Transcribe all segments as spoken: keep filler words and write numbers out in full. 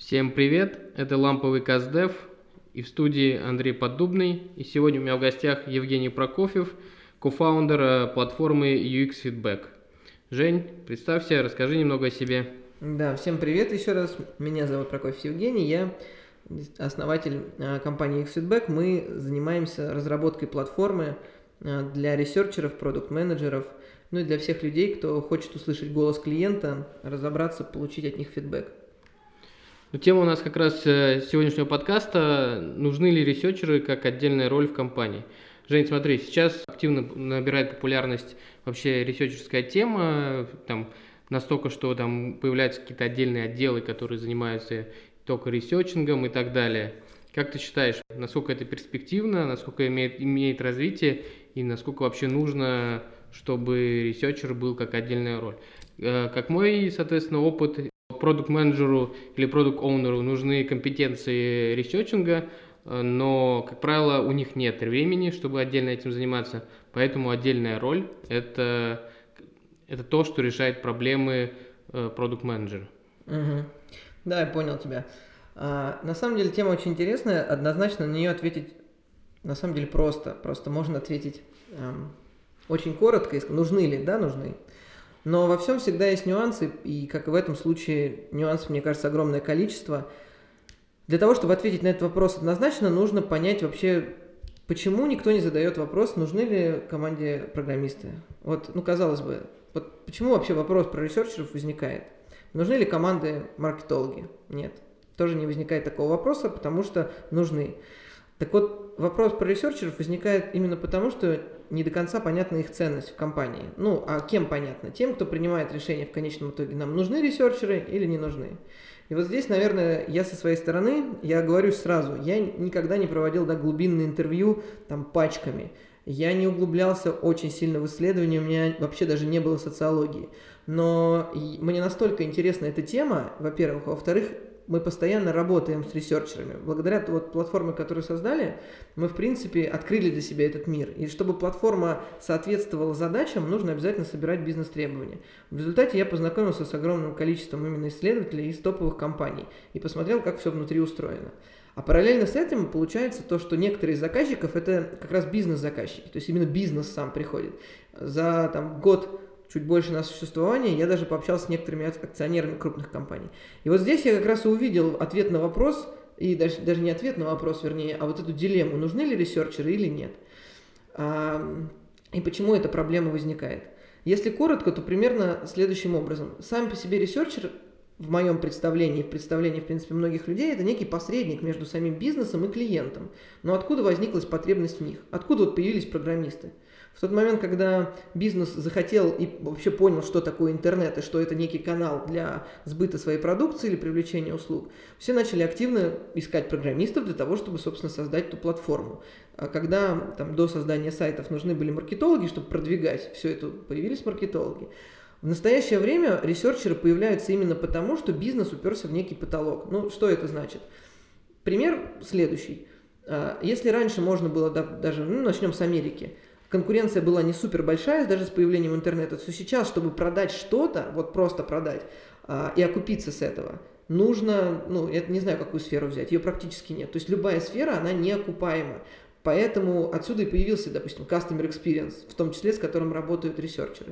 Всем привет, это Ламповый Каздев и в студии Андрей Поддубный. И сегодня у меня в гостях Евгений Прокофьев, кофаундер платформы ю экс Feedback. Жень, представься, расскажи немного о себе. Да, всем привет еще раз. Меня зовут Прокофьев Евгений, я основатель компании ю экс Feedback. Мы занимаемся разработкой платформы для ресерчеров, продукт-менеджеров, ну и для всех людей, кто хочет услышать голос клиента, разобраться, получить от них фидбэк. Ну, тема у нас как раз сегодняшнего подкаста: нужны ли ресерчеры как отдельная роль в компании. Жень, смотри, сейчас активно набирает популярность вообще ресерчерская тема, там настолько, что там появляются какие-то отдельные отделы, которые занимаются только ресерчингом и так далее. Как ты считаешь, насколько это перспективно, насколько имеет, имеет развитие и насколько вообще нужно, чтобы ресерчер был как отдельная роль? Как мой, соответственно, опыт, продукт-менеджеру или продукт-оунеру нужны компетенции ресерчинга, но, как правило, у них нет времени, чтобы отдельно этим заниматься, поэтому отдельная роль – это, это то, что решает проблемы продукт-менеджера. Угу. Да, я понял тебя. А, на самом деле тема очень интересная, однозначно на нее ответить на самом деле просто. Просто можно ответить эм, очень коротко, и сказать, нужны ли, да, нужны. Но во всем всегда есть нюансы, и, как и в этом случае, нюансов, мне кажется, огромное количество. Для того, чтобы ответить на этот вопрос однозначно, нужно понять вообще, почему никто не задает вопрос, нужны ли команде программисты. Вот, ну, казалось бы, вот почему вообще вопрос про ресерчеров возникает? Нужны ли команды маркетологи? Нет. Тоже не возникает такого вопроса, потому что нужны. Так вот, вопрос про ресерчеров возникает именно потому, что не до конца понятна их ценность в компании. Ну, а кем понятно? Тем, кто принимает решение в конечном итоге, нам нужны ресерчеры или не нужны. И вот здесь, наверное, я со своей стороны, я оговорюсь сразу, я никогда не проводил да, глубинные интервью там пачками. Я не углублялся очень сильно в исследования, у меня вообще даже не было социологии. Но мне настолько интересна эта тема, во-первых. Во-вторых, мы постоянно работаем с ресерчерами. Благодаря вот платформе, которую создали, мы, в принципе, открыли для себя этот мир. И чтобы платформа соответствовала задачам, нужно обязательно собирать бизнес-требования. В результате я познакомился с огромным количеством именно исследователей из топовых компаний и посмотрел, как все внутри устроено. А параллельно с этим получается то, что некоторые из заказчиков – это как раз бизнес-заказчики, то есть именно бизнес сам приходит. За там, год чуть больше на существование, я даже пообщался с некоторыми акционерами крупных компаний. И вот здесь я как раз и увидел ответ на вопрос, и даже, даже не ответ на вопрос, вернее, а вот эту дилемму, нужны ли ресерчеры или нет. А, и почему эта проблема возникает. Если коротко, то примерно следующим образом. Сам по себе ресерчер, в моем представлении, в представлении, в принципе, многих людей, это некий посредник между самим бизнесом и клиентом. Но откуда возникла потребность в них? Откуда вот появились программисты? В тот момент, когда бизнес захотел и вообще понял, что такое интернет и что это некий канал для сбыта своей продукции или привлечения услуг, все начали активно искать программистов для того, чтобы, собственно, создать эту платформу. А когда там, до создания сайтов нужны были маркетологи, чтобы продвигать все это, появились маркетологи. В настоящее время ресерчеры появляются именно потому, что бизнес уперся в некий потолок. Ну, что это значит? Пример следующий. Если раньше можно было даже, ну, начнем с Америки, конкуренция была не супер большая, даже с появлением интернета, то сейчас, чтобы продать что-то, вот просто продать а, и окупиться с этого, нужно, ну, я не знаю, какую сферу взять, ее практически нет. То есть любая сфера, она не окупаема. Поэтому отсюда и появился, допустим, Customer Experience, в том числе с которым работают ресерчеры.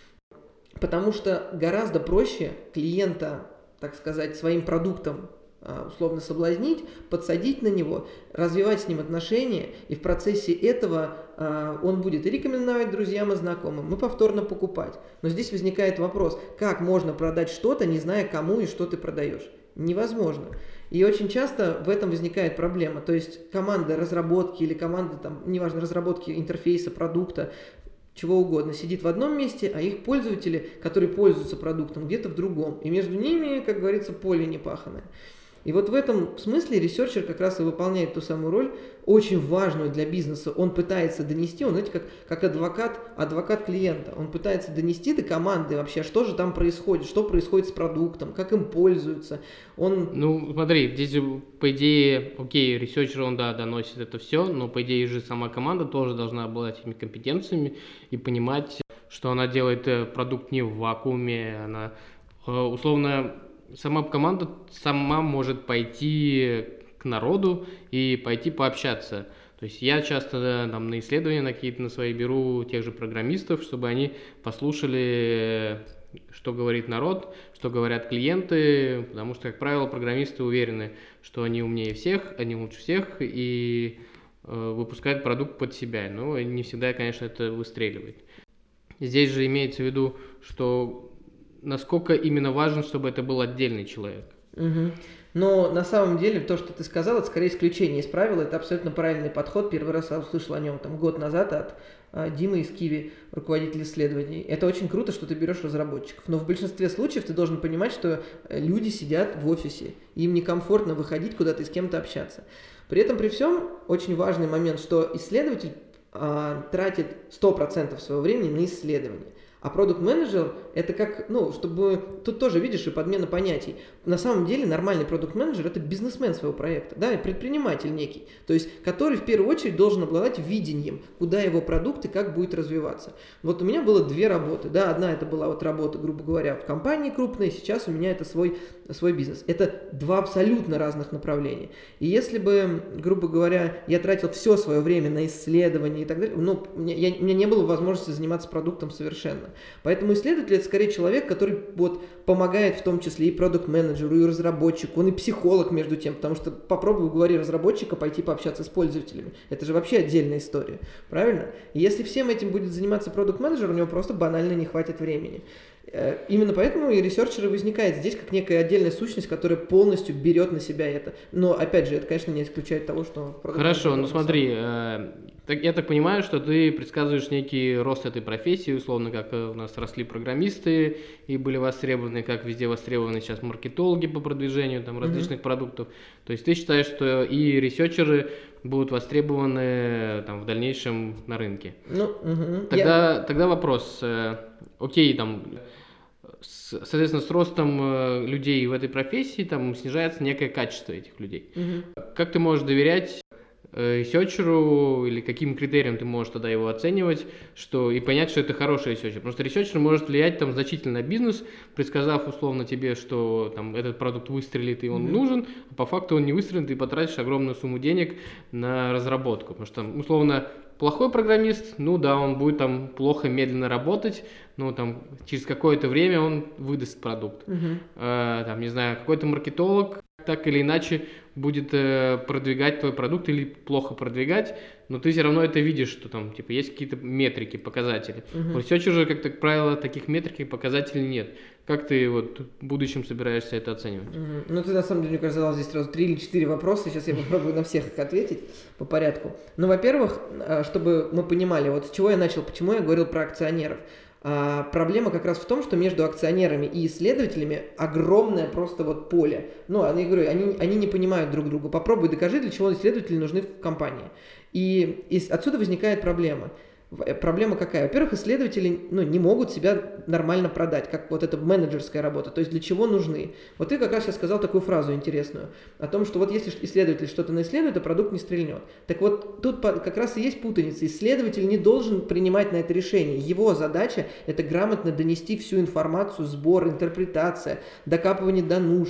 Потому что гораздо проще клиента, так сказать, своим продуктом условно соблазнить, подсадить на него, развивать с ним отношения, и в процессе этого э, он будет и рекомендовать друзьям и знакомым, и повторно покупать. Но здесь возникает вопрос, как можно продать что-то, не зная, кому и что ты продаешь? Невозможно. И очень часто в этом возникает проблема. То есть команда разработки или команда, там, неважно, разработки интерфейса, продукта, чего угодно, сидит в одном месте, а их пользователи, которые пользуются продуктом, где-то в другом. И между ними, как говорится, поле непаханное. И вот в этом смысле ресерчер как раз и выполняет ту самую роль, очень важную для бизнеса. Он пытается донести, он, знаете, как, как адвокат, адвокат клиента. Он пытается донести до команды вообще, что же там происходит, что происходит с продуктом, как им пользуются. Он... Ну, смотри, здесь, по идее, окей, ресерчер, он, да, доносит это все, но, по идее, же сама команда тоже должна обладать этими компетенциями и понимать, что она делает продукт не в вакууме, она, условно, сама команда сама может пойти к народу и пойти пообщаться. То есть я часто да, там, на исследования на какие-то на свои беру тех же программистов, чтобы они послушали, что говорит народ, что говорят клиенты, потому что, как правило, программисты уверены, что они умнее всех, они лучше всех и э, выпускают продукт под себя. Но не всегда, конечно, это выстреливает. Здесь же имеется в виду, что насколько именно важно, чтобы это был отдельный человек. Угу. Но на самом деле то, что ты сказал, это скорее исключение из правила, это абсолютно правильный подход. Первый раз я услышал о нем там, год назад от а, Димы из Киви, руководителя исследований. Это очень круто, что ты берешь разработчиков. Но в большинстве случаев ты должен понимать, что люди сидят в офисе, им некомфортно выходить куда-то и с кем-то общаться. При этом, при всем, очень важный момент, что исследователь а, тратит сто процентов своего времени на исследование. А продукт-менеджер это как, ну, чтобы, тут тоже видишь и подмена понятий. На самом деле нормальный продукт-менеджер это бизнесмен своего проекта, да, и предприниматель некий, то есть который в первую очередь должен обладать видением, куда его продукт и как будет развиваться. Вот у меня было две работы, да, одна это была вот работа, грубо говоря, в компании крупной, сейчас у меня это свой, свой бизнес. Это два абсолютно разных направления. И если бы, грубо говоря, я тратил все свое время на исследования и так далее, ну, у меня, у меня не было возможности заниматься продуктом совершенно. Поэтому исследователь это скорее человек, который вот помогает в том числе и продукт-менеджеру, и разработчику, он и психолог между тем, потому что попробуй уговори разработчика пойти пообщаться с пользователями. Это же вообще отдельная история, правильно? И если всем этим будет заниматься продукт-менеджер, у него просто банально не хватит времени. Именно поэтому и ресерчеры возникает здесь как некая отдельная сущность, которая полностью берет на себя это. Но, опять же, это, конечно, не исключает того, что... Хорошо, ну смотри, э, так, я так понимаю, что ты предсказываешь некий рост этой профессии, условно, как у нас росли программисты и были востребованы, как везде востребованы сейчас маркетологи по продвижению там, различных mm-hmm. продуктов. То есть ты считаешь, что и ресерчеры будут востребованы там, в дальнейшем на рынке? Ну, угу. тогда, я... тогда вопрос, э, окей, там... Соответственно, с ростом людей в этой профессии там снижается некое качество этих людей. Угу. Как ты можешь доверять ресерчеру или каким критериям ты можешь тогда его оценивать, что и понять, что это хороший ресерчер? Потому что ресерчер может влиять там значительно на бизнес, предсказав условно тебе, что там этот продукт выстрелит и он mm-hmm. нужен, а по факту он не выстрелит, ты потратишь огромную сумму денег на разработку. Потому что условно плохой программист, ну да, он будет там плохо, медленно работать, но там через какое-то время он выдаст продукт. Uh-huh. э, там, не знаю, какой-то маркетолог так или иначе будет э, продвигать твой продукт или плохо продвигать, но ты все равно это видишь, что там типа есть какие-то метрики, показатели. Uh-huh. У ресерчера, как, как правило, таких метрик и показателей нет. Как ты вот в будущем собираешься это оценивать? Uh-huh. Ну, ты на самом деле, мне кажется, задал здесь сразу три или четыре вопроса. Сейчас я попробую на всех их ответить по порядку. Ну, во-первых, чтобы мы понимали, вот с чего я начал, почему я говорил про акционеров. А, проблема как раз в том, что между акционерами и исследователями огромное просто вот поле. Ну, я говорю, они, они не понимают друг друга. Попробуй докажи, для чего исследователи нужны в компании. И, и отсюда возникает проблема. Проблема какая? Во-первых, исследователи ну, не могут себя нормально продать, как вот эта менеджерская работа. То есть для чего нужны? Вот ты как раз сейчас сказал такую фразу интересную, о том, что вот если исследователь что-то наисследует, а продукт не стрельнет. Так вот, тут как раз и есть путаница. Исследователь не должен принимать на это решение. Его задача – это грамотно донести всю информацию, сбор, интерпретация, докапывание до нужд.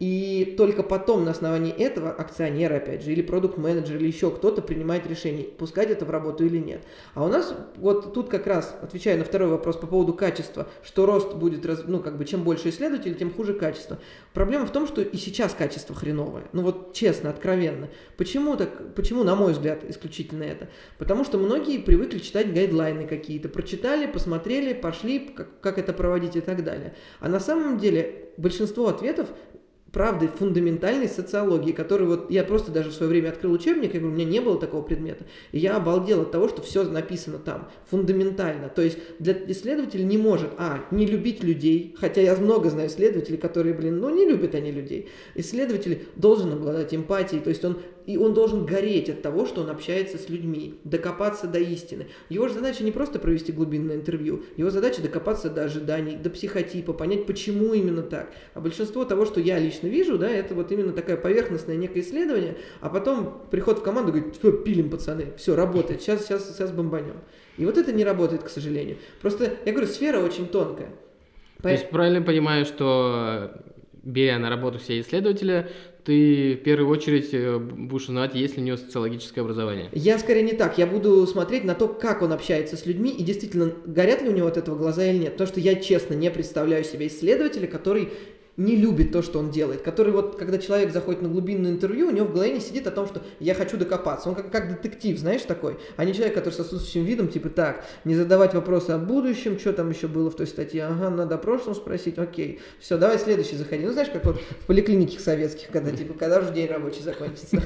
И только потом на основании этого акционеры, опять же, или продукт-менеджер, или еще кто-то принимает решение, пускать это в работу или нет. А у нас вот тут как раз, отвечая на второй вопрос по поводу качества, что рост будет, ну как бы, чем больше исследователей, тем хуже качество. Проблема в том, что и сейчас качество хреновое. Ну вот честно, откровенно. Почему так, почему, на мой взгляд, исключительно это? Потому что многие привыкли читать гайдлайны какие-то, прочитали, посмотрели, пошли, как, как это проводить и так далее. А на самом деле большинство ответов правды фундаментальной социологии, который вот я просто даже в свое время открыл учебник, я говорю, у меня не было такого предмета, и я обалдел от того, что все написано там, фундаментально. То есть для исследователя не может, а, не любить людей, хотя я много знаю исследователей, которые, блин, ну не любят они людей. Исследователь должен обладать эмпатией, то есть он и он должен гореть от того, что он общается с людьми, докопаться до истины. Его же задача не просто провести глубинное интервью, его задача докопаться до ожиданий, до психотипа, понять, почему именно так. А большинство того, что я лично вижу, да, это вот именно такое поверхностное некое исследование, а потом приход в команду говорит, все, пилим, пацаны, все, работает, сейчас, сейчас, сейчас бомбанем. И вот это не работает, к сожалению. Просто, я говорю, сфера очень тонкая. То есть правильно понимаю, что беря на работу себе исследователя, ты в первую очередь будешь узнавать, есть ли у него социологическое образование. Я скорее не так. Я буду смотреть на то, как он общается с людьми, и действительно, горят ли у него от этого глаза или нет. Потому что я, честно, не представляю себе исследователя, который не любит то, что он делает, который вот, когда человек заходит на глубинное интервью, у него в голове не сидит о том, что я хочу докопаться. Он как, как детектив, знаешь, такой, а не человек, который с отсутствующим видом, типа, так, не задавать вопросы о будущем, что там еще было в той статье, ага, надо о прошлом спросить, окей, все, давай следующий заходи. Ну, знаешь, как вот в поликлиниках советских, когда, типа, когда же день рабочий закончится.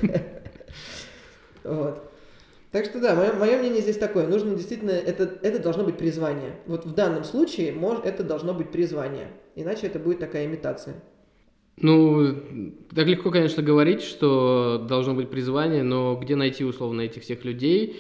Вот. Так что да, мое, мое мнение здесь такое, нужно действительно, это, это должно быть призвание. Вот в данном случае мож, это должно быть призвание, иначе это будет такая имитация. Ну, так легко, конечно, говорить, что должно быть призвание, но где найти условно этих всех людей?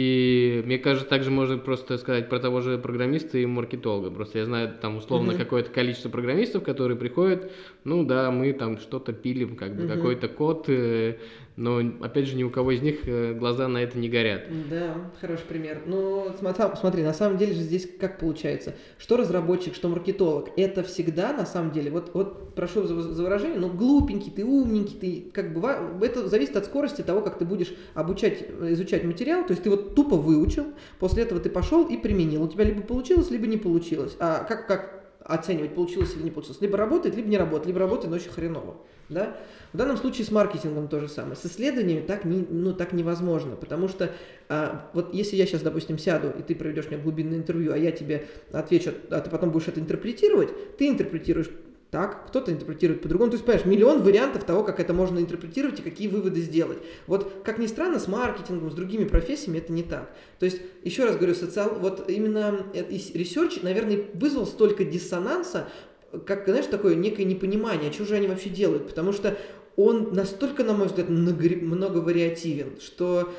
И мне кажется, также можно просто сказать про того же программиста и маркетолога. Просто я знаю там условно mm-hmm. какое-то количество программистов, которые приходят, ну да, мы там что-то пилим, как бы mm-hmm. какой-то код, но опять же ни у кого из них глаза на это не горят. Да, хороший пример. Ну, смотри, на самом деле же здесь как получается, что разработчик, что маркетолог, это всегда на самом деле, вот, вот прошу за, за выражение, ну глупенький, ты умненький, ты как бы, это зависит от скорости того, как ты будешь обучать, изучать материал, то есть ты вот тупо выучил, после этого ты пошел и применил, у тебя либо получилось, либо не получилось. А как, как оценивать, получилось или не получилось? Либо работает, либо не работает, либо работает, но очень хреново. Да? В данном случае с маркетингом то же самое. С исследованиями так, не, ну, так невозможно, потому что а, вот если я сейчас, допустим, сяду, и ты проведешь мне глубинное интервью, а я тебе отвечу, а ты потом будешь это интерпретировать, ты интерпретируешь так, кто-то интерпретирует по-другому. То есть, понимаешь, миллион вариантов того, как это можно интерпретировать и какие выводы сделать. Вот, как ни странно, с маркетингом, с другими профессиями это не так. То есть, еще раз говорю, социал... вот именно ресерч, наверное, вызвал столько диссонанса, как, знаешь, такое некое непонимание, что же они вообще делают, потому что он настолько, на мой взгляд, многовариативен, что,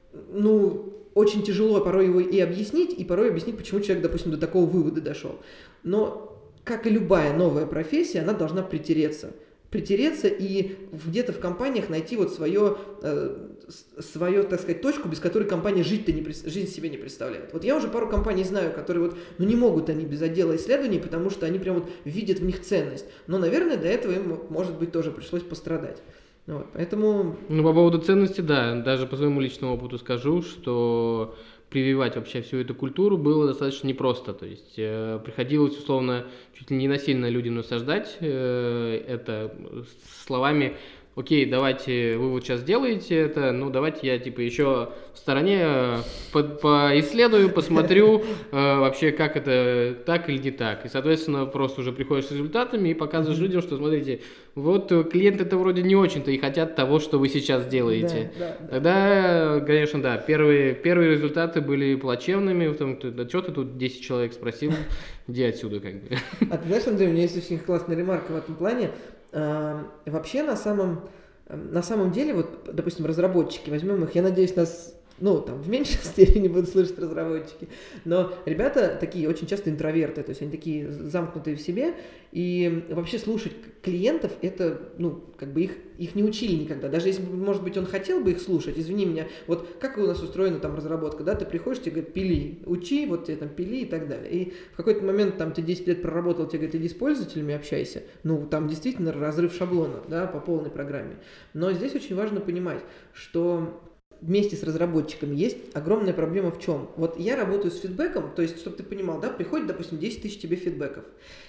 ну, очень тяжело порой его и объяснить, и порой объяснить, почему человек, допустим, до такого вывода дошел. Но как и любая новая профессия, она должна притереться. Притереться и где-то в компаниях найти вот свое, э, свое, так сказать, точку, без которой компания жить-то не, жизнь себе не представляет. Вот я уже пару компаний знаю, которые вот, ну не могут они без отдела исследований, потому что они прям вот видят в них ценность. Но, наверное, для этого им, может быть, тоже пришлось пострадать. Вот, поэтому... Ну, по поводу ценности, да, даже по своему личному опыту скажу, что прививать вообще всю эту культуру было достаточно непросто. То есть э, приходилось, условно, чуть ли не насильно людям насаждать э, это словами: окей, давайте, вы вот сейчас делаете это, ну давайте я типа еще в стороне по поисследую, посмотрю э, вообще, как это так или не так. И, соответственно, просто уже приходишь с результатами и показываешь mm-hmm. людям, что, смотрите, вот клиенты-то вроде не очень-то и хотят того, что вы сейчас делаете. Да, да, Тогда, да. конечно, да, первые, первые результаты были плачевными, в том, да что ты тут десять человек спросил, иди отсюда как бы. А ты знаешь, Андрей, у меня есть очень классная ремарка в этом плане. А, вообще, на самом, на самом деле, вот, допустим, разработчики, возьмем их, я надеюсь, нас, ну, там, в меньшей степени будут слышать разработчики, но ребята такие очень часто интроверты, то есть они такие замкнутые в себе, и вообще слушать клиентов, это, ну, как бы их, их не учили никогда, даже если, может быть, он хотел бы их слушать, извини меня, вот как у нас устроена там разработка, да, ты приходишь, тебе говорят, пили, учи, вот тебе там пили и так далее, и в какой-то момент там ты десять лет проработал, тебе говорят, иди с пользователями общайся, ну, там действительно разрыв шаблона, да, по полной программе, но здесь очень важно понимать, что вместе с разработчиками есть огромная проблема в чем? Вот я работаю с фидбэком, то есть, чтобы ты понимал, да, приходит, допустим, десять тысяч тебе фидбэков.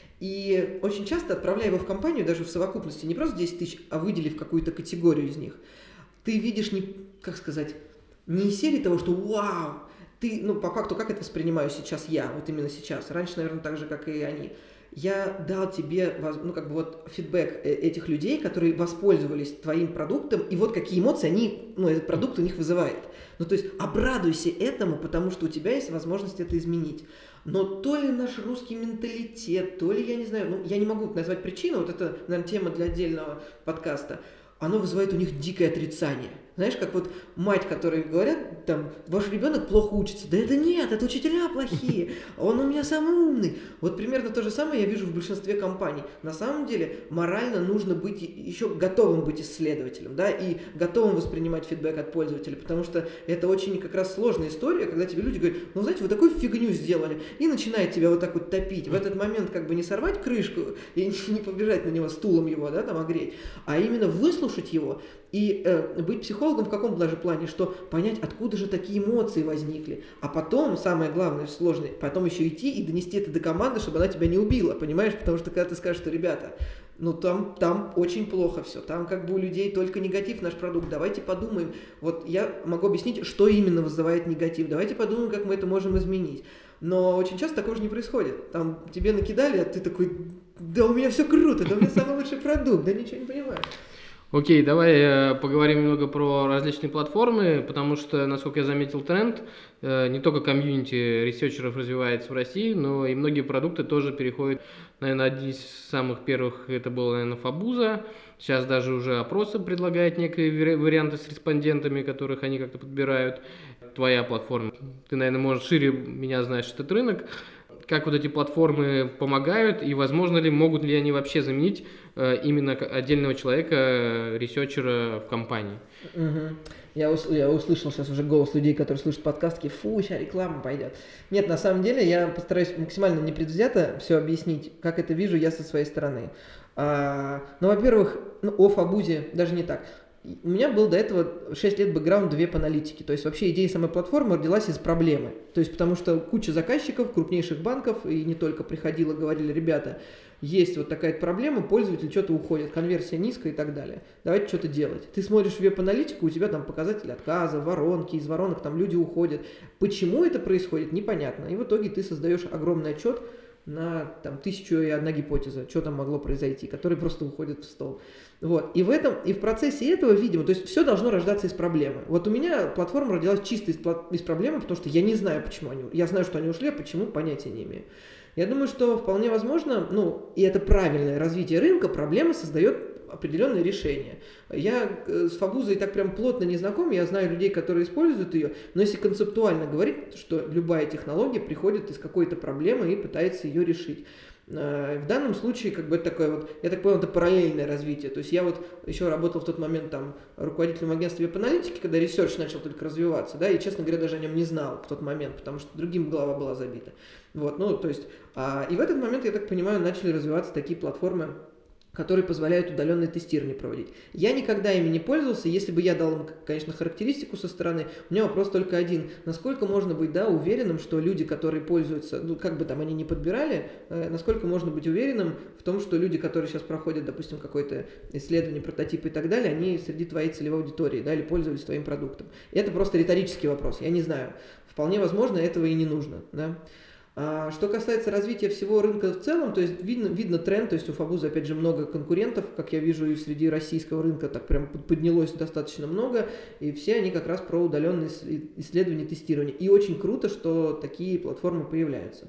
И очень часто, отправляя его в компанию, даже в совокупности, не просто десять тысяч, а выделив какую-то категорию из них, ты видишь, не, как сказать, не из серии того, что «Вау!», ты, ну, по факту, как это воспринимаю сейчас я, вот именно сейчас, раньше, наверное, так же, как и они. Я дал тебе, ну, как бы вот фидбэк этих людей, которые воспользовались твоим продуктом, и вот какие эмоции они, ну, этот продукт у них вызывает. Ну, то есть обрадуйся этому, потому что у тебя есть возможность это изменить. Но то ли наш русский менталитет, то ли, я не знаю, ну, я не могу назвать причину, вот это, наверное, тема для отдельного подкаста, оно вызывает у них дикое отрицание. Знаешь, как вот мать, которые говорят, там, ваш ребенок плохо учится. Да это нет, это учителя плохие, он у меня самый умный. Вот примерно то же самое я вижу в большинстве компаний. На самом деле морально нужно быть еще готовым быть исследователем, да, и готовым воспринимать фидбэк от пользователя, потому что это очень как раз сложная история, когда тебе люди говорят, ну, знаете, вы такую фигню сделали, и начинает тебя вот так вот топить. В этот момент как бы не сорвать крышку и не побежать на него стулом его, да, там огреть, а именно выслушать его, и э, быть психологом в каком даже плане, что понять, откуда же такие эмоции возникли. А потом, самое главное, сложное, потом еще идти и донести это до команды, чтобы она тебя не убила, понимаешь? Потому что когда ты скажешь, что, ребята, ну там, там очень плохо все, там как бы у людей только негатив наш продукт, давайте подумаем. Вот я могу объяснить, что именно вызывает негатив, давайте подумаем, как мы это можем изменить. Но очень часто такого же не происходит. Там тебе накидали, а ты такой, да у меня все круто, да у меня самый лучший продукт, да ничего не понимаешь. Окей, давай э, поговорим немного про различные платформы, потому что, насколько я заметил тренд, э, не только комьюнити ресерчеров развивается в России, но и многие продукты тоже переходят, наверное, один из самых первых, это было, наверное, Фабуза. Сейчас даже уже опросы предлагают некие варианты с респондентами, которых они как-то подбирают. Твоя платформа. Ты, наверное, можешь шире меня знаешь этот рынок. Как вот эти платформы помогают, и возможно ли, могут ли они вообще заменить э, именно отдельного человека, ресерчера в компании? Угу. Я, ус- я услышал сейчас уже голос людей, которые слышат подкаст, такие, фу, сейчас реклама пойдет. Нет, на самом деле я постараюсь максимально непредвзято все объяснить, как это вижу я со своей стороны. А, ну, во-первых, ну, о Фабузе даже не так. У меня был до этого шесть лет бэкграунд в веб-аналитике. То есть вообще идея самой платформы родилась из проблемы. То есть потому что куча заказчиков, крупнейших банков, и не только приходила, говорили, ребята, есть вот такая проблема, пользователь что-то уходит, конверсия низкая и так далее. Давайте что-то делать. Ты смотришь веб-аналитику, у тебя там показатели отказа, воронки, из воронок там люди уходят. Почему это происходит, непонятно. И в итоге ты создаешь огромный отчет на там, тысячу и одна гипотеза, что там могло произойти, которые просто уходят в стол. Вот. И в этом, и в процессе этого, видимо, то есть все должно рождаться из проблемы. Вот у меня платформа родилась чисто из, из проблемы, потому что я не знаю, почему они, я знаю, что они ушли, а почему, понятия не имею. Я думаю, что вполне возможно, ну, и это правильное развитие рынка, проблема создает определенные решения. Я с Фабузой так прям плотно не знаком, я знаю людей, которые используют ее, но если концептуально говорить, что любая технология приходит из какой-то проблемы и пытается ее решить. В данном случае, как бы это такое вот, я так понял, это параллельное развитие. То есть я вот еще работал в тот момент там руководителем агентства веб-аналитики, когда ресерч начал только развиваться, да, и, честно говоря, даже о нем не знал в тот момент, потому что другим голова была забита. Вот, ну, то есть, а, и в этот момент, я так понимаю, начали развиваться такие платформы, которые позволяют удаленное тестирование проводить. Я никогда ими не пользовался, если бы я дал им, конечно, характеристику со стороны, у меня вопрос только один. Насколько можно быть, да, уверенным, что люди, которые пользуются, ну, как бы там они ни подбирали, э, насколько можно быть уверенным в том, что люди, которые сейчас проходят, допустим, какое-то исследование, прототипы и так далее, они среди твоей целевой аудитории, да, или пользовались твоим продуктом. И это просто риторический вопрос, я не знаю. Вполне возможно, этого и не нужно, да. А что касается развития всего рынка в целом, то есть видно, видно тренд, то есть у Фабузы опять же много конкурентов, как я вижу, и среди российского рынка так прям поднялось достаточно много, и все они как раз про удаленные исследования, тестирование. И очень круто, что такие платформы появляются.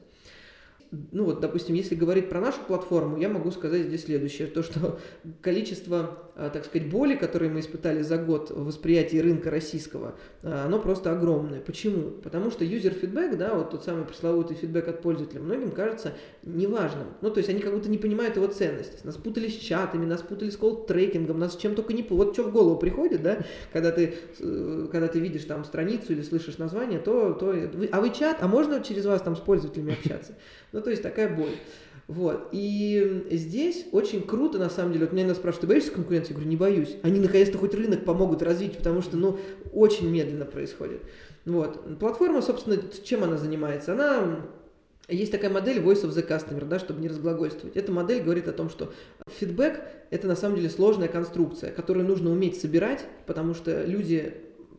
Ну вот, допустим, если говорить про нашу платформу, я могу сказать здесь следующее, то что количество, так сказать, боли, которые мы испытали за год в восприятии рынка российского, оно просто огромное. Почему? Потому что юзер-фидбэк, да, вот тот самый пресловутый фидбэк от пользователя, многим кажется неважным. Ну, то есть они как будто не понимают его ценность. Нас путали с чатами, нас путали с колл-трекингом, нас с чем только не... Вот что в голову приходит, да, когда ты, когда ты видишь там страницу или слышишь название, то... то а вы чат? А можно через вас там с пользователями общаться? Ну, то есть такая боль. Вот. И здесь очень круто, на самом деле. Вот меня иногда спрашивают, ты боишься конкуренции? Я говорю, не боюсь. Они наконец-то хоть рынок помогут развить, потому что, ну, очень медленно происходит. Вот. Платформа, собственно, чем она занимается? Она... Есть такая модель Voice of the Customer, да, чтобы не разглагольствовать. Эта модель говорит о том, что фидбэк – это на самом деле сложная конструкция, которую нужно уметь собирать, потому что люди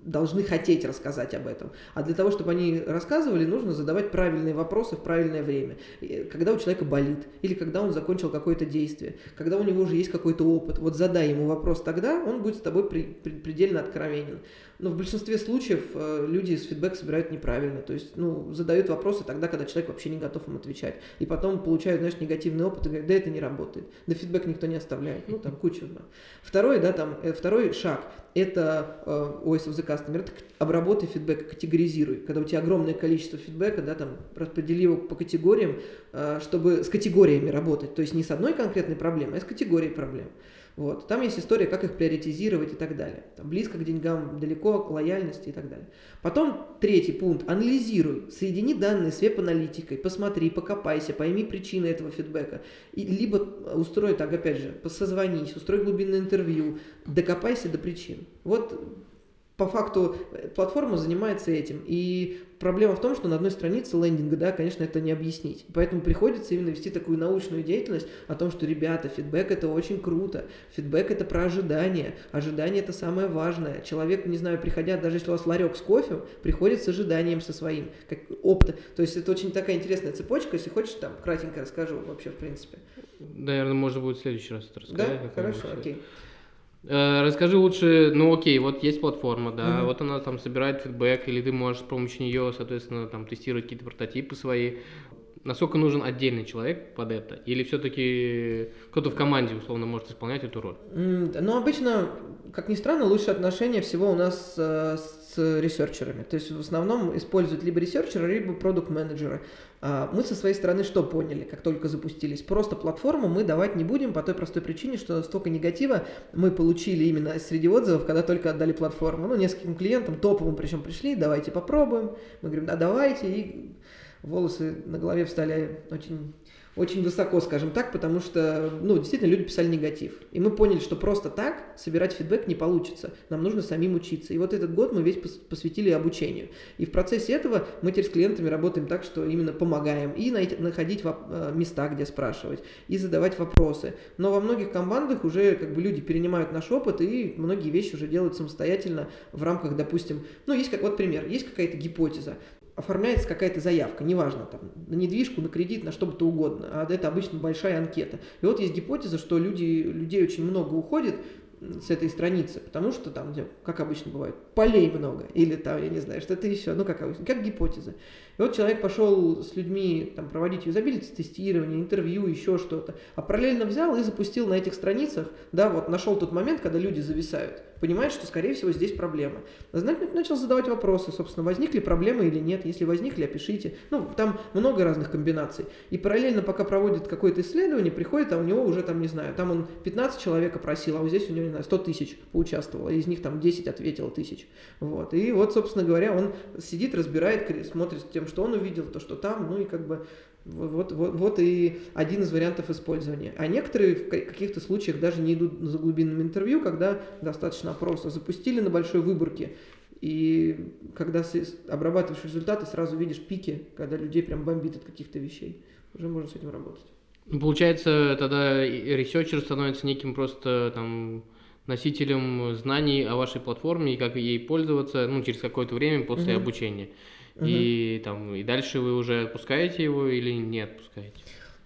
должны хотеть рассказать об этом. А для того, чтобы они рассказывали, нужно задавать правильные вопросы в правильное время. Когда у человека болит, или когда он закончил какое-то действие, когда у него уже есть какой-то опыт. Вот задай ему вопрос тогда, он будет с тобой при, при, предельно откровенен. Но в большинстве случаев э, люди с фидбэк собирают неправильно. То есть, ну, задают вопросы тогда, когда человек вообще не готов им отвечать. И потом получают, знаешь, негативный опыт и говорят, да это не работает. Да фидбэк никто не оставляет. Ну, там куча. Да. Второй, да, там, э, второй шаг – это э, о эс эф the Customer, это обработай фидбэк, категоризируй. Когда у тебя огромное количество фидбэка, да, там, распредели его по категориям, э, чтобы с категориями работать. То есть не с одной конкретной проблемой, а с категорией проблем. Вот. Там есть история, как их приоритизировать и так далее. Там близко к деньгам, далеко к лояльности и так далее. Потом третий пункт. Анализируй. Соедини данные с веб-аналитикой. Посмотри, покопайся, пойми причины этого фидбэка. И, либо устрой так, опять же, созвонись, устрой глубинное интервью, докопайся до причин. Вот по факту платформа занимается этим. И проблема в том, что на одной странице лендинга, да, конечно, это не объяснить. Поэтому приходится именно вести такую научную деятельность о том, что, ребята, фидбэк это очень круто. Фидбэк это про ожидание. Ожидание это самое важное. Человек, не знаю, приходя, даже если у вас ларек с кофе, приходит с ожиданием со своим, как опыт. То есть это очень такая интересная цепочка. Если хочешь, там, кратенько расскажу вообще, в принципе. Наверное, можно будет в следующий раз это рассказать. Да? Хорошо, окей. Расскажи лучше, ну окей, вот есть платформа, да, mm-hmm. вот она там собирает фидбэк, или ты можешь с помощью нее, соответственно, там тестировать какие-то прототипы свои. Насколько нужен отдельный человек под это? Или все-таки кто-то в команде, условно, может исполнять эту роль? Mm, ну, обычно, как ни странно, лучшие отношения всего у нас э, с ресерчерами. То есть в основном используют либо ресерчеры, либо продукт-менеджеры. А мы со своей стороны что поняли, как только запустились? Просто платформу мы давать не будем по той простой причине, что столько негатива мы получили именно среди отзывов, когда только отдали платформу. Ну, нескольким клиентам, топовым причем пришли, давайте попробуем. Мы говорим, да, давайте, и волосы на голове встали очень, очень высоко, скажем так, потому что, ну, действительно, люди писали негатив. И мы поняли, что просто так собирать фидбэк не получится. Нам нужно самим учиться. И вот этот год мы весь посвятили обучению. И в процессе этого мы теперь с клиентами работаем так, что именно помогаем и найти, находить места, где спрашивать, и задавать вопросы. Но во многих командах уже как бы люди перенимают наш опыт, и многие вещи уже делают самостоятельно в рамках, допустим, ну, есть как, вот пример, есть какая-то гипотеза. Оформляется какая-то заявка, неважно, там, на недвижку, на кредит, на что бы то угодно, а это обычно большая анкета. И вот есть гипотеза, что люди, людей очень много уходит с этой страницы, потому что там, как обычно бывает, полей много, или там, я не знаю, что-то еще, ну, как обычно, как гипотеза. И вот человек пошел с людьми там, проводить юзабилити тестирование, интервью, еще что-то, а параллельно взял и запустил на этих страницах, да, вот нашел тот момент, когда люди зависают, понимает, что, скорее всего, здесь проблема. Значит, начал задавать вопросы, собственно, возникли проблемы или нет, если возникли, опишите. Ну, там много разных комбинаций. И параллельно, пока проводит какое-то исследование, приходит, а у него уже там, не знаю, там он пятнадцать человек опросил, а вот здесь у него, не знаю, сто тысяч поучаствовало, из них там десять ответило тысяч. Вот. И вот, собственно говоря, он сидит, разбирает, смотрит тем, что он увидел, то, что там, ну и как бы вот, вот, вот и один из вариантов использования. А некоторые в каких-то случаях даже не идут за глубинным интервью, когда достаточно опроса. Запустили на большой выборке, и когда обрабатываешь результаты, сразу видишь пики, когда людей прям бомбит от каких-то вещей. Уже можно с этим работать. Получается, тогда ресерчер становится неким просто там носителем знаний о вашей платформе и как ей пользоваться, ну, через какое-то время после uh-huh. обучения. Uh-huh. И, там, и дальше вы уже отпускаете его или не отпускаете?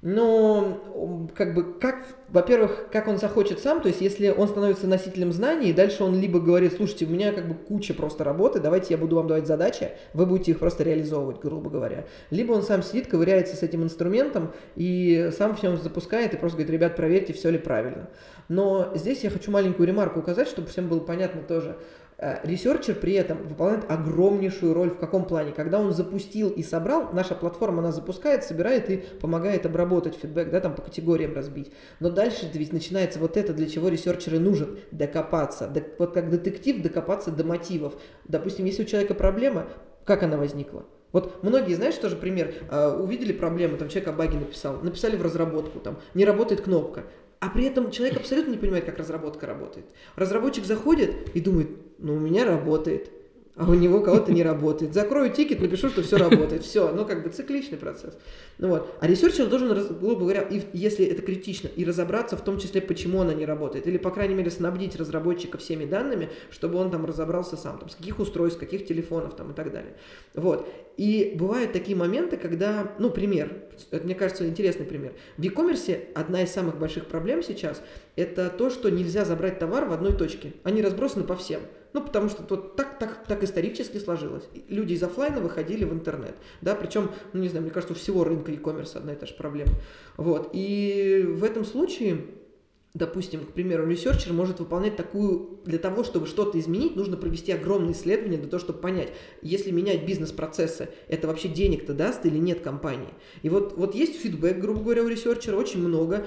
Ну, как бы, как, во-первых, как он захочет сам, то есть если он становится носителем знаний, дальше он либо говорит, слушайте, у меня как бы куча просто работы, давайте я буду вам давать задачи, вы будете их просто реализовывать, грубо говоря. Либо он сам сидит, ковыряется с этим инструментом и сам все запускает и просто говорит, ребят, проверьте, все ли правильно. Но здесь я хочу маленькую ремарку указать, чтобы всем было понятно тоже. Ресерчер при этом выполняет огромнейшую роль в каком плане? Когда он запустил и собрал, наша платформа, она запускает, собирает и помогает обработать фидбэк, да, там по категориям разбить. Но дальше ведь начинается вот это, для чего ресерчер и нужен, докопаться. Вот как детектив докопаться до мотивов. Допустим, если у человека проблема, как она возникла? Вот многие, знаешь, тоже пример, увидели проблему, там человек о баге написал, написали в разработку, там не работает кнопка. А при этом человек абсолютно не понимает, как разработка работает. Разработчик заходит и думает, ну у меня работает. а у него у кого-то не работает. Закрою тикет, напишу, что все работает. Все, ну как бы цикличный процесс. Ну, вот. А ресерчер должен, грубо говоря, и, если это критично, и разобраться в том числе, почему она не работает. Или, по крайней мере, снабдить разработчика всеми данными, чтобы он там разобрался сам. Там, с каких устройств, с каких телефонов там, и так далее. Вот. И бывают такие моменты, когда, ну, пример, это, мне кажется, интересный пример. В e-commerce одна из самых больших проблем сейчас – это то, что нельзя забрать товар в одной точке. Они разбросаны по всем. Ну, потому что вот так, так, так исторически сложилось. Люди из офлайна выходили в интернет. Да, причем, ну, не знаю, мне кажется, у всего рынка e-commerce одна и та же проблема. Вот. И в этом случае, допустим, к примеру, ресерчер может выполнять такую, для того, чтобы что-то изменить, нужно провести огромное исследование для того, чтобы понять, если менять бизнес-процессы, это вообще денег-то даст или нет компании. И вот, вот есть фидбэк, грубо говоря, у ресерчера, очень много.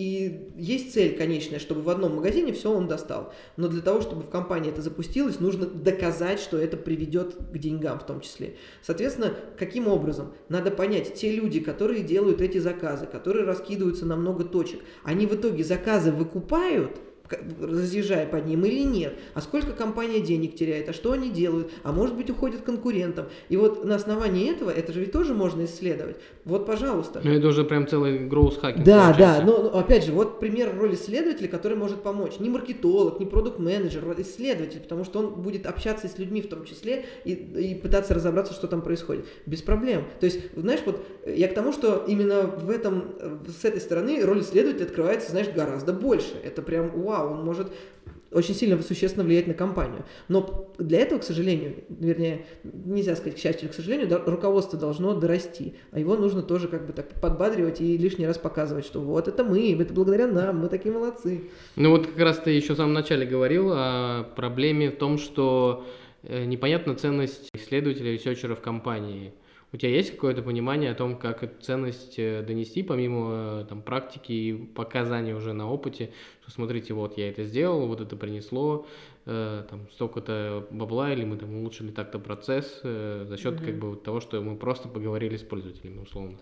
И есть цель конечная, чтобы в одном магазине все он достал. Но для того, чтобы в компании это запустилось, нужно доказать, что это приведет к деньгам в том числе. Соответственно, каким образом? Надо понять, те люди, которые делают эти заказы, которые раскидываются на много точек, они в итоге заказы выкупают, разъезжая под ним, или нет, а сколько компания денег теряет, а что они делают, а может быть уходят к конкурентам. И вот на основании этого, это же ведь тоже можно исследовать. Вот, пожалуйста. Ну это уже прям целый гроус-хакинг. Да, да, но, но опять же, вот пример роли исследователя, который может помочь. Не маркетолог, не продукт-менеджер, а исследователь, потому что он будет общаться с людьми в том числе и, и пытаться разобраться, что там происходит. Без проблем. То есть, знаешь, вот я к тому, что именно в этом, с этой стороны роль исследователя открывается, знаешь, гораздо больше. Это прям вау. Он может очень сильно существенно влиять на компанию. Но для этого, к сожалению, вернее, нельзя сказать к счастью, к сожалению, руководство должно дорасти. А его нужно тоже как бы так подбадривать и лишний раз показывать, что вот это мы, это благодаря нам, мы такие молодцы. Ну вот как раз ты еще в самом начале говорил о проблеме в том, что непонятна ценность исследователя, ресерчера в компании. У тебя есть какое-то понимание о том, как эту ценность донести, помимо там, практики и показаний уже на опыте, что смотрите, вот я это сделал, вот это принесло э, там, столько-то бабла, или мы там улучшили так-то процесс э, за счет mm-hmm. как бы, того, что мы просто поговорили с пользователями, условно.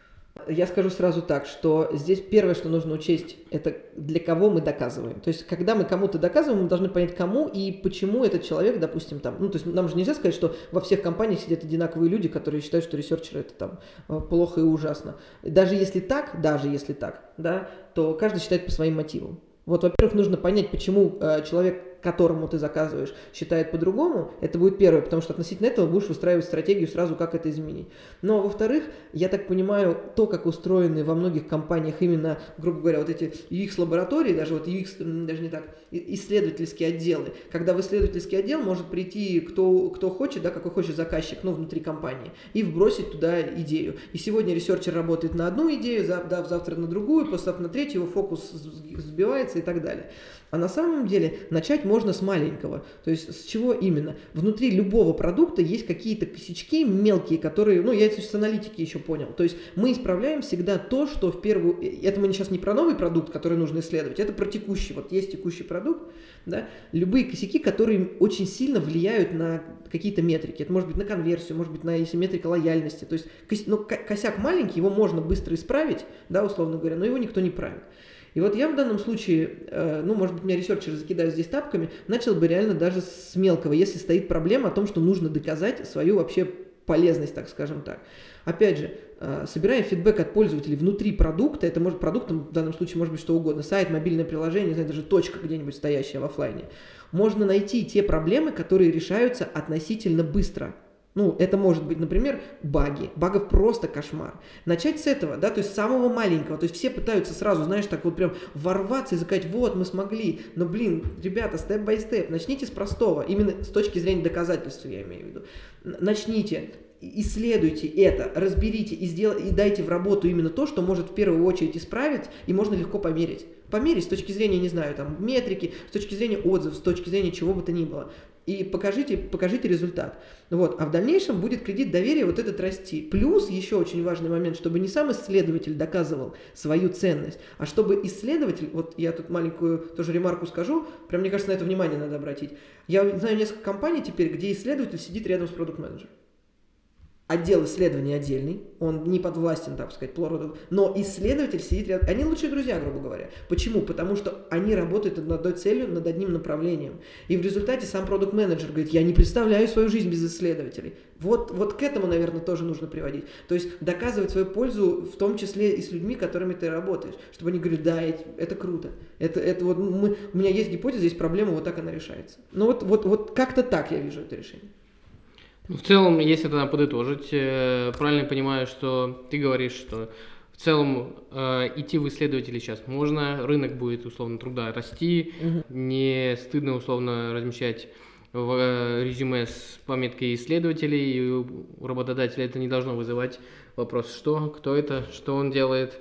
Я скажу сразу так, что здесь первое, что нужно учесть, это для кого мы доказываем. То есть, когда мы кому-то доказываем, мы должны понять, кому и почему этот человек, допустим, там, ну, то есть, нам же нельзя сказать, что во всех компаниях сидят одинаковые люди, которые считают, что ресерчеры это там плохо и ужасно. Даже если так, даже если так, да, то каждый считает по своим мотивам. Вот, во-первых, нужно понять, почему э, человек, которому ты заказываешь, считает по-другому. Это будет первое, потому что относительно этого будешь выстраивать стратегию сразу, как это изменить. Но, во-вторых, я так понимаю, то, как устроены во многих компаниях именно, грубо говоря, вот эти ю экс-лаборатории, даже вот ю экс, даже не так, исследовательские отделы, когда в исследовательский отдел может прийти кто, кто хочет, да, какой хочет заказчик, ну, внутри компании, и вбросить туда идею. И сегодня ресерчер работает на одну идею, да, завтра на другую, послезавтра на третью, его фокус сбивается и так далее. А на самом деле начать можно с маленького. То есть с чего именно? Внутри любого продукта есть какие-то косячки мелкие, которые, ну, я это с аналитики еще понял. То есть мы исправляем всегда то, что в первую... Это мы сейчас не про новый продукт, который нужно исследовать, это про текущий. Вот есть текущий продукт, да, любые косяки, которые очень сильно влияют на какие-то метрики. Это может быть на конверсию, может быть на, если метрика лояльности. То есть ну, косяк маленький, его можно быстро исправить, да, условно говоря, но его никто не правит. И вот я в данном случае, э, ну, может быть, меня ресерчеры закидают здесь тапками, начал бы реально даже с мелкого, если стоит проблема о том, что нужно доказать свою вообще полезность, так скажем так. Опять же, э, собирая фидбэк от пользователей внутри продукта, это может продуктом, в данном случае может быть что угодно, сайт, мобильное приложение, не знаю, даже точка где-нибудь стоящая в офлайне, можно найти те проблемы, которые решаются относительно быстро. Ну, это может быть, например, баги. Багов просто кошмар. Начать с этого, да, то есть с самого маленького. То есть все пытаются сразу, знаешь, так вот прям ворваться и сказать, вот, мы смогли. Но, блин, ребята, степ-бай-степ, начните с простого. Именно с точки зрения доказательства, я имею в виду. Начните, исследуйте это, разберите и, сдел... и дайте в работу именно то, что может в первую очередь исправить и можно легко померить. Померить с точки зрения, не знаю, там, метрики, с точки зрения отзывов, с точки зрения чего бы то ни было. И покажите, покажите результат. Вот. А в дальнейшем будет кредит доверия вот этот расти. Плюс еще очень важный момент, чтобы не сам исследователь доказывал свою ценность, а чтобы исследователь, вот я тут маленькую тоже ремарку скажу, прям мне кажется, на это внимание надо обратить. Я знаю несколько компаний теперь, где исследователь сидит рядом с продукт-менеджером. отдел исследований отдельный, он не подвластен, так сказать, плороду, но исследователь сидит рядом, они лучшие друзья, грубо говоря. Почему? Потому что они работают над одной целью, над одним направлением. И в результате сам продукт-менеджер говорит, я не представляю свою жизнь без исследователей. Вот, вот к этому, наверное, тоже нужно приводить. То есть доказывать свою пользу, в том числе и с людьми, которыми ты работаешь. Чтобы они говорили, да, это круто. Это, это вот мы, у меня есть гипотеза, есть проблема, вот так она решается. Ну вот, вот, вот как-то так я вижу это решение. В целом, если тогда подытожить, правильно понимаю, что ты говоришь, что в целом э, идти в исследователи сейчас можно, рынок будет условно труда расти, угу. Не стыдно условно размещать в э, резюме с пометкой исследователей, и у работодателя это не должно вызывать вопрос, что, кто это, что он делает.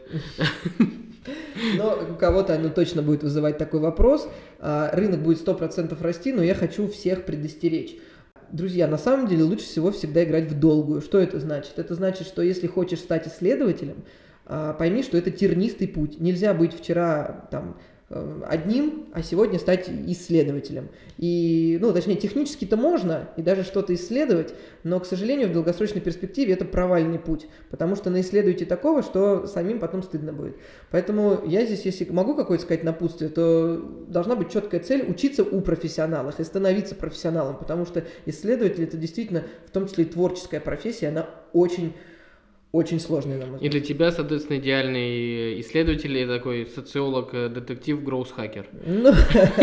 Но у кого-то оно точно будет вызывать такой вопрос. Рынок будет сто процентов расти, но я хочу всех предостеречь. Друзья, на самом деле лучше всего всегда играть в долгую. Что это значит? Это значит, что если хочешь стать исследователем, пойми, что это тернистый путь. Нельзя быть вчера там одним, а сегодня стать исследователем. И, ну, точнее, технически-то можно, и даже что-то исследовать, но, к сожалению, в долгосрочной перспективе это провальный путь, потому что наисследуете такого, что самим потом стыдно будет. Поэтому я здесь, если могу какое-то сказать напутствие, то должна быть четкая цель учиться у профессионалов и становиться профессионалом, потому что исследователь — это действительно, в том числе и творческая профессия, она очень... Очень сложный, на мой взгляд. И для тебя, соответственно, идеальный исследователь и такой социолог, детектив, гроус-хакер. Ну,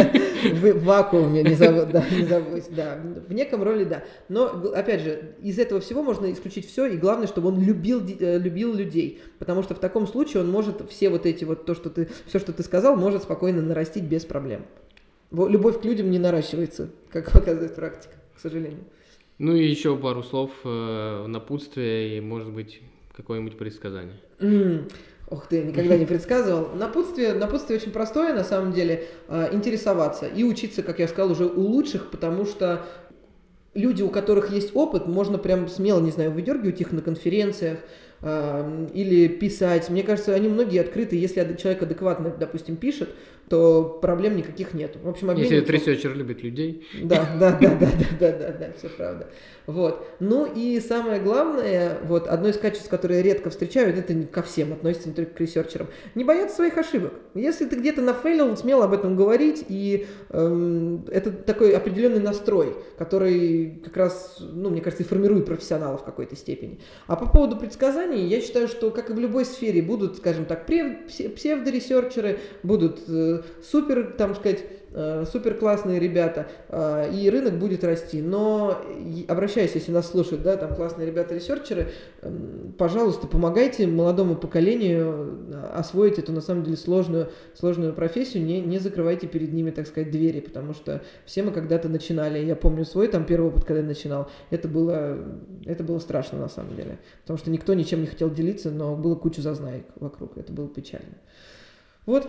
в вакууме, не забудь, да, не забудь, да. В неком роли, да. Но, опять же, из этого всего можно исключить все, и главное, чтобы он любил, любил людей, потому что в таком случае он может все вот эти вот, то, что ты, все, что ты сказал, может спокойно нарастить без проблем. Любовь к людям не наращивается, как показывает практика, к сожалению. Ну и еще пару слов э, напутствия и, может быть, какое-нибудь предсказание. Mm. Ох ты, никогда не предсказывал. Напутствие, напутствие очень простое, на самом деле, э, интересоваться и учиться, как я сказал, уже у лучших, потому что люди, у которых есть опыт, можно прям смело, не знаю, выдергивать их на конференциях э, или писать. Мне кажется, они многие открыты, если человек адекватно, допустим, пишет, то проблем никаких нет. В общем, если этот ресерчер любит людей. Да, да, да, да, да, да, да, да, все правда. Вот. Ну и самое главное, вот одно из качеств, которое я редко встречаю, это не ко всем, относится не только к ресерчерам. Не бояться своих ошибок. Если ты где-то нафейлил, смело об этом говорить, и эм, это такой определенный настрой, который как раз, ну, мне кажется, и формирует профессионалов в какой-то степени. А по поводу предсказаний, я считаю, что, как и в любой сфере, будут, скажем так, псевдоресерчеры, будут э, супер, там сказать, супер классные ребята, и рынок будет расти. Но обращаюсь, если нас слушают, да, там классные ребята-ресерчеры, пожалуйста, помогайте молодому поколению освоить эту, на самом деле, сложную, сложную профессию, не, не закрывайте перед ними, так сказать, двери, потому что все мы когда-то начинали. Я помню свой там первый опыт, когда я начинал, это было, это было страшно на самом деле, потому что никто ничем не хотел делиться, но было куча зазнаек вокруг, это было печально. Вот.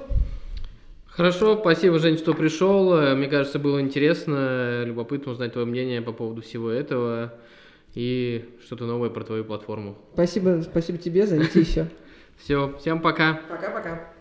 Хорошо, спасибо, Жень, что пришел. Мне кажется, было интересно, любопытно узнать твое мнение по поводу всего этого и что-то новое про твою платформу. Спасибо, спасибо тебе, зовите еще. Все, всем пока. Пока-пока.